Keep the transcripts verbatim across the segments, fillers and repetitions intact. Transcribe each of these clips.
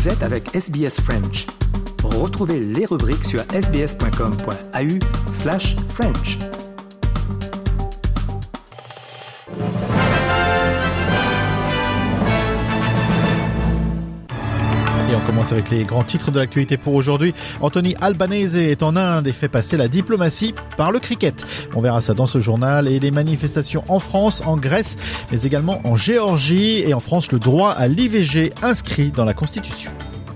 Vous êtes avec S B S French. Retrouvez les rubriques sur sbs.com.au slash French. Et on commence avec les grands titres de l'actualité pour aujourd'hui. Anthony Albanese est en Inde et fait passer la diplomatie par le cricket. On verra ça dans ce journal. Et les manifestations en France, en Grèce, mais également en Géorgie. Et en France, le droit à l'I V G inscrit dans la Constitution.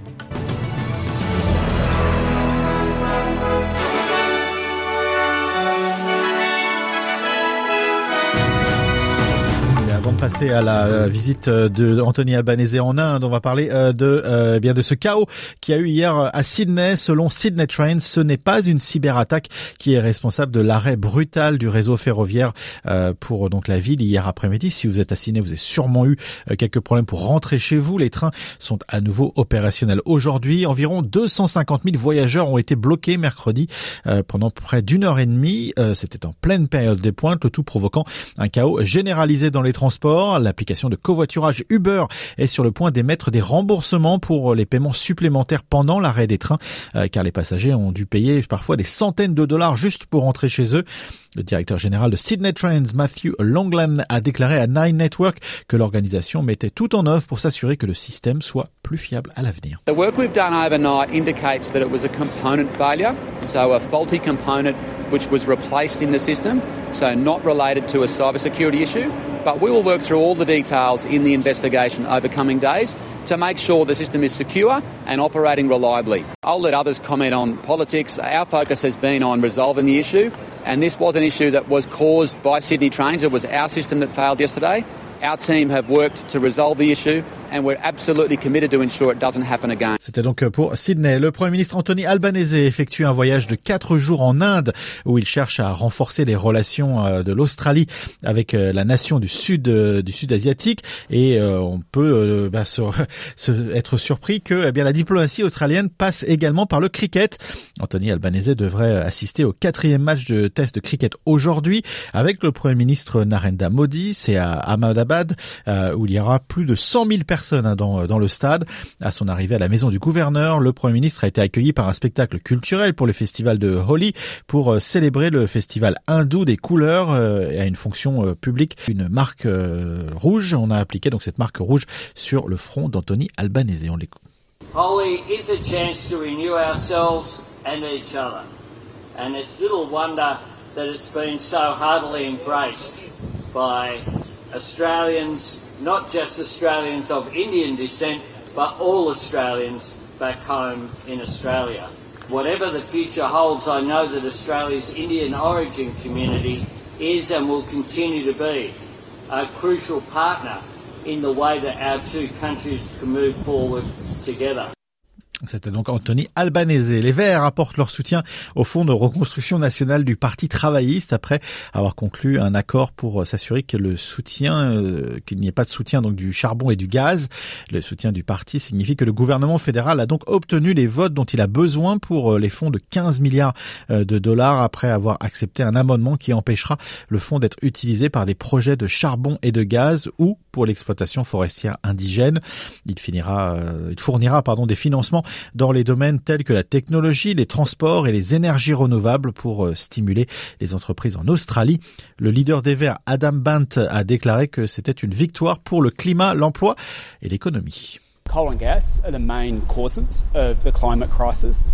Avant de passer à la visite de Anthony Albanese en Inde, on va parler de euh, bien de ce chaos qui a eu hier à Sydney. Selon Sydney Trains, ce n'est pas une cyberattaque qui est responsable de l'arrêt brutal du réseau ferroviaire euh, pour donc la ville hier après-midi. Si vous êtes à Sydney, vous avez sûrement eu euh, quelques problèmes pour rentrer chez vous. Les trains sont à nouveau opérationnels aujourd'hui. Environ deux cent cinquante mille voyageurs ont été bloqués mercredi euh, pendant près d'une heure et demie. Euh, c'était en pleine période des pointes, le tout provoquant un chaos généralisé dans les transports. L'application de covoiturage Uber est sur le point d'émettre des remboursements pour les paiements supplémentaires pendant l'arrêt des trains, euh, car les passagers ont dû payer parfois des centaines de dollars juste pour rentrer chez eux. Le directeur général de Sydney Trains, Matthew Longland, a déclaré à Nine Network que l'organisation mettait tout en œuvre pour s'assurer que le système soit plus fiable à l'avenir. The work we've done overnight indicates that it was a component failure, so a faulty component which was replaced in the system, so not related to a cybersecurity issue. But we will work through all the details in the investigation over coming days to make sure the system is secure and operating reliably. I'll let others comment on politics. Our focus has been on resolving the issue, and this was an issue that was caused by Sydney Trains. It was our system that failed yesterday. Our team have worked to resolve the issue and we're absolutely committed to ensure it doesn't happen again. C'était donc pour Sydney. Le Premier ministre Anthony Albanese effectue un voyage de quatre jours en Inde où il cherche à renforcer les relations de l'Australie avec la nation du sud du sud asiatique et euh, on peut euh, bah, se, se, être surpris que eh bien la diplomatie australienne passe également par le cricket. Anthony Albanese devrait assister au quatrième match de test de cricket aujourd'hui avec le Premier ministre Narendra Modi. C'est à Ahmedabad euh, où il y aura plus de cent mille personnes Dans, dans le stade. À son arrivée à la maison du gouverneur, le Premier ministre a été accueilli par un spectacle culturel pour le festival de Holi pour euh, célébrer le festival hindou des couleurs euh, et à une fonction euh, publique. Une marque euh, rouge, on a appliqué donc cette marque rouge sur le front d'Anthony Albanese. On l'écoute. Holi is a chance to renew ourselves and each other. And it's little wonder that it's been so heartily embraced by Australians, not just Australians of Indian descent, but all Australians back home in Australia. Whatever the future holds, I know that Australia's Indian origin community is and will continue to be a crucial partner in the way that our two countries can move forward together. C'était donc Anthony Albanese. Les Verts apportent leur soutien au Fonds de reconstruction nationale du Parti travailliste après avoir conclu un accord pour s'assurer que le soutien, euh, qu'il n'y ait pas de soutien donc du charbon et du gaz. Le soutien du parti signifie que le gouvernement fédéral a donc obtenu les votes dont il a besoin pour les fonds de quinze milliards de dollars après avoir accepté un amendement qui empêchera le fonds d'être utilisé par des projets de charbon et de gaz ou pour l'exploitation forestière indigène. Il finira, euh, il fournira pardon des financements dans les domaines tels que la technologie, les transports et les énergies renouvelables pour euh, stimuler les entreprises en Australie. Le leader des Verts, Adam Bant, a déclaré que c'était une victoire pour le climat, l'emploi et l'économie. Coal and gas are the main causes of the climate crisis.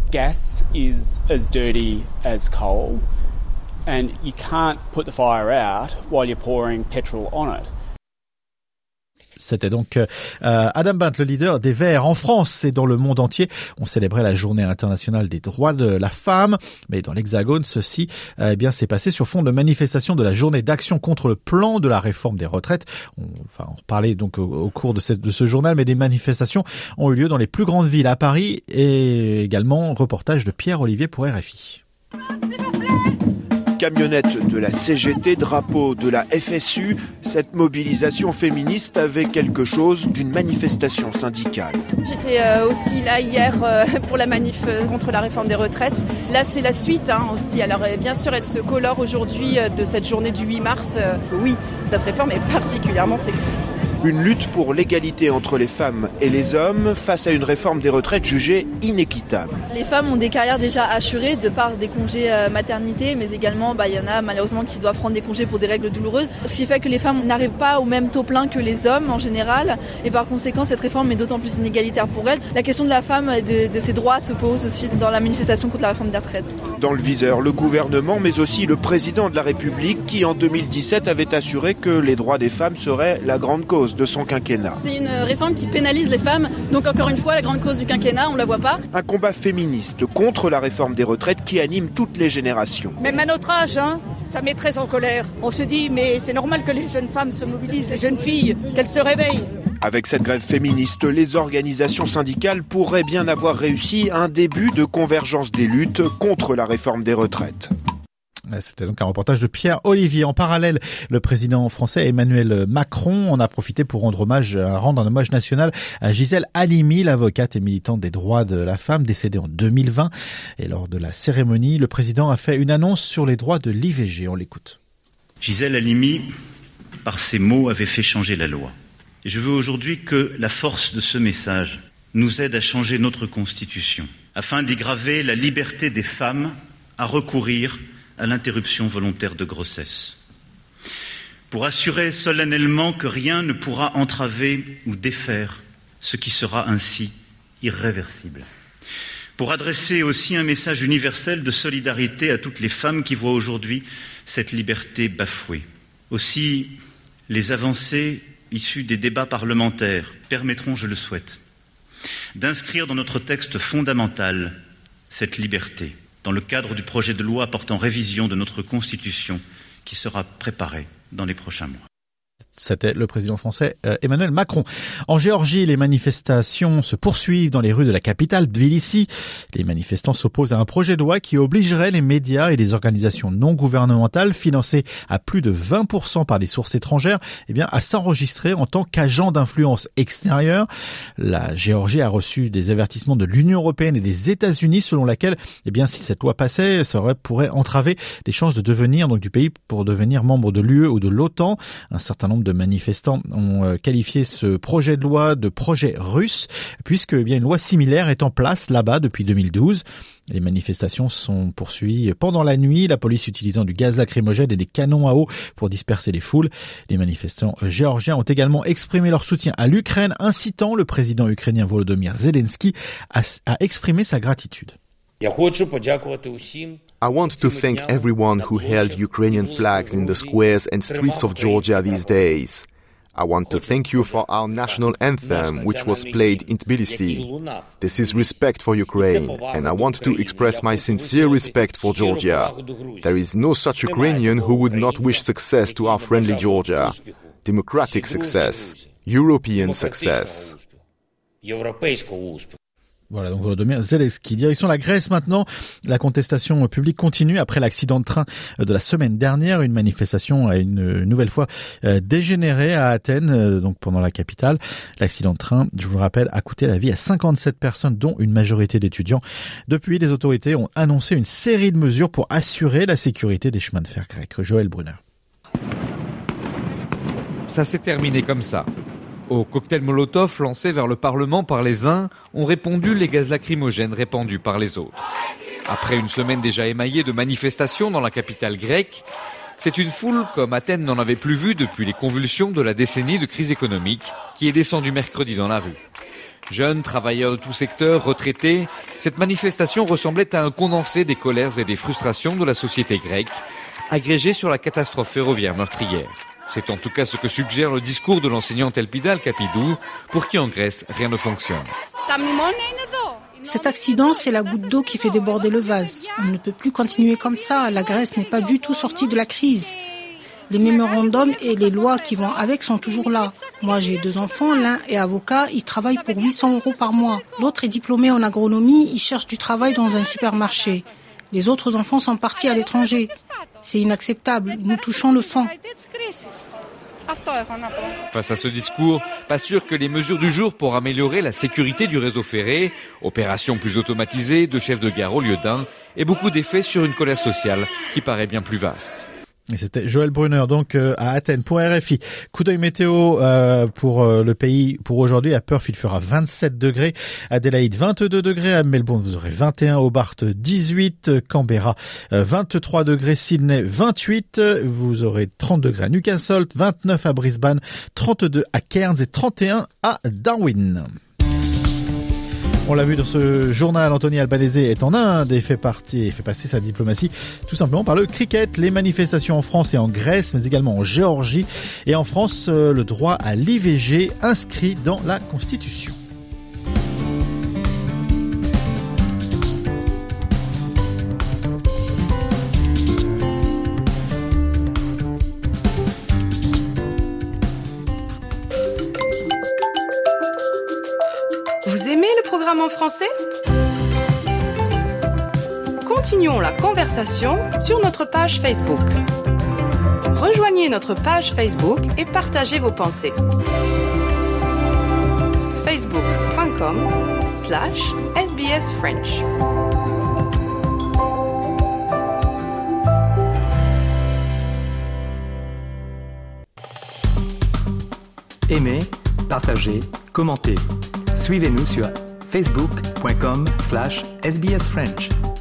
Gas is as dirty as coal, and you can't put the fire out while you're pouring petrol on it. C'était donc euh, Adam Bant, le leader des Verts. En France et dans le monde entier, on célébrait la Journée internationale des droits de la femme. Mais dans l'Hexagone, ceci euh, eh bien s'est passé sur fond de manifestation de la Journée d'action contre le plan de la réforme des retraites. On, enfin, on parlait donc au, au cours de, cette, de ce journal, mais des manifestations ont eu lieu dans les plus grandes villes à Paris et également reportage de Pierre-Olivier pour R F I. Camionnette de la C G T, drapeau de la F S U, cette mobilisation féministe avait quelque chose d'une manifestation syndicale. J'étais euh, aussi là hier euh, pour la manif euh, contre la réforme des retraites. Là, c'est la suite hein, aussi. Alors, euh, bien sûr, elle se colore aujourd'hui euh, de cette journée du huit mars. Euh, oui, cette réforme est particulièrement sexiste. Une lutte pour l'égalité entre les femmes et les hommes face à une réforme des retraites jugée inéquitable. Les femmes ont des carrières déjà assurées de par des congés maternité, mais également bah, il y en a malheureusement qui doivent prendre des congés pour des règles douloureuses, ce qui fait que les femmes n'arrivent pas au même taux plein que les hommes en général, et par conséquent cette réforme est d'autant plus inégalitaire pour elles. La question de la femme et de, de ses droits se pose aussi dans la manifestation contre la réforme des retraites. Dans le viseur, le gouvernement, mais aussi le président de la République qui en deux mille dix-sept avait assuré que les droits des femmes seraient la grande cause de son quinquennat. C'est une réforme qui pénalise les femmes, donc encore une fois la grande cause du quinquennat, on ne la voit pas. Un combat féministe contre la réforme des retraites qui anime toutes les générations. Même à notre âge, hein, ça met très en colère. On se dit mais c'est normal que les jeunes femmes se mobilisent, les jeunes filles, qu'elles se réveillent. Avec cette grève féministe, les organisations syndicales pourraient bien avoir réussi un début de convergence des luttes contre la réforme des retraites. C'était donc un reportage de Pierre Olivier. En parallèle, le président français Emmanuel Macron en a profité pour rendre hommage, rendre un hommage national à Gisèle Halimi, l'avocate et militante des droits de la femme, décédée en deux mille vingt. Et lors de la cérémonie, le président a fait une annonce sur les droits de l'I V G. On l'écoute. Gisèle Halimi, par ses mots, avait fait changer la loi. Et je veux aujourd'hui que la force de ce message nous aide à changer notre Constitution, afin d'y graver la liberté des femmes à recourir à l'interruption volontaire de grossesse. Pour assurer solennellement que rien ne pourra entraver ou défaire ce qui sera ainsi irréversible. Pour adresser aussi un message universel de solidarité à toutes les femmes qui voient aujourd'hui cette liberté bafouée. Aussi, les avancées issues des débats parlementaires permettront, je le souhaite, d'inscrire dans notre texte fondamental cette liberté, dans le cadre du projet de loi portant révision de notre Constitution qui sera préparé dans les prochains mois. C'était le président français euh, Emmanuel Macron. En Géorgie, les manifestations se poursuivent dans les rues de la capitale, Tbilissi. Les manifestants s'opposent à un projet de loi qui obligerait les médias et les organisations non gouvernementales financées à plus de vingt pour cent par des sources étrangères, eh bien, à s'enregistrer en tant qu'agents d'influence extérieure. La Géorgie a reçu des avertissements de l'Union européenne et des États-Unis selon laquelle, eh bien, si cette loi passait, ça aurait, pourrait entraver les chances de devenir, donc du pays pour devenir membre de l'U E ou de l'OTAN. Un certain nombre de manifestants ont qualifié ce projet de loi de projet russe, puisque eh bien, une loi similaire est en place là-bas depuis deux mille douze. Les manifestations sont poursuivies pendant la nuit, la police utilisant du gaz lacrymogène et des canons à eau pour disperser les foules. Les manifestants géorgiens ont également exprimé leur soutien à l'Ukraine, incitant le président ukrainien Volodymyr Zelensky à, à exprimer sa gratitude. I want to thank everyone who held Ukrainian flags in the squares and streets of Georgia these days. I want to thank you for our national anthem, which was played in Tbilisi. This is respect for Ukraine, and I want to express my sincere respect for Georgia. There is no such Ukrainian who would not wish success to our friendly Georgia. Democratic success. European success. Voilà, donc Volodymyr Zelensky. Direction la Grèce maintenant. La contestation publique continue après l'accident de train de la semaine dernière. Une manifestation a une nouvelle fois dégénéré à Athènes, donc pendant la capitale. L'accident de train, je vous le rappelle, a coûté la vie à cinquante-sept personnes, dont une majorité d'étudiants. Depuis, les autorités ont annoncé une série de mesures pour assurer la sécurité des chemins de fer grecs. Joël Brunner. Ça s'est terminé comme ça. Au cocktail Molotov lancé vers le Parlement par les uns, ont répondu les gaz lacrymogènes répandus par les autres. Après une semaine déjà émaillée de manifestations dans la capitale grecque, c'est une foule comme Athènes n'en avait plus vu depuis les convulsions de la décennie de crise économique qui est descendue mercredi dans la rue. Jeunes, travailleurs de tous secteurs, retraités, cette manifestation ressemblait à un condensé des colères et des frustrations de la société grecque, agrégée sur la catastrophe ferroviaire meurtrière. C'est en tout cas ce que suggère le discours de l'enseignante Elpida Capidou, pour qui en Grèce rien ne fonctionne. Cet accident, c'est la goutte d'eau qui fait déborder le vase. On ne peut plus continuer comme ça. La Grèce n'est pas du tout sortie de la crise. Les mémorandums et les lois qui vont avec sont toujours là. Moi, j'ai deux enfants. L'un est avocat, il travaille pour huit cents euros par mois. L'autre est diplômé en agronomie, il cherche du travail dans un supermarché. Les autres enfants sont partis à l'étranger. C'est inacceptable. Nous touchons le fond. Face à ce discours, pas sûr que les mesures du jour pour améliorer la sécurité du réseau ferré, opérations plus automatisées, de chefs de gare au lieu d'un, aient beaucoup d'effets sur une colère sociale qui paraît bien plus vaste. Et c'était Joël Brunner, donc euh, à Athènes. Pour R F I, coup d'œil météo euh, pour euh, le pays pour aujourd'hui. À Perth, il fera vingt-sept degrés. Adélaïde, vingt-deux degrés. À Melbourne, vous aurez vingt et un. Hobart, dix-huit. Canberra, euh, vingt-trois degrés. Sydney, vingt-huit. Vous aurez trente degrés à Newcastle, vingt-neuf à Brisbane, trente-deux à Cairns et trente et un à Darwin. On l'a vu dans ce journal, Anthony Albanese est en Inde et fait partie et fait passer sa diplomatie tout simplement par le cricket. Les manifestations en France et en Grèce, mais également en Géorgie. Et en France, le droit à l'I V G inscrit dans la Constitution. Vous aimez le programme en français ? Continuons la conversation sur notre page Facebook. Rejoignez notre page Facebook et partagez vos pensées. facebook.com slash SBS French. Aimez, partagez, commentez. Suivez-nous sur facebook.com slash SBS French.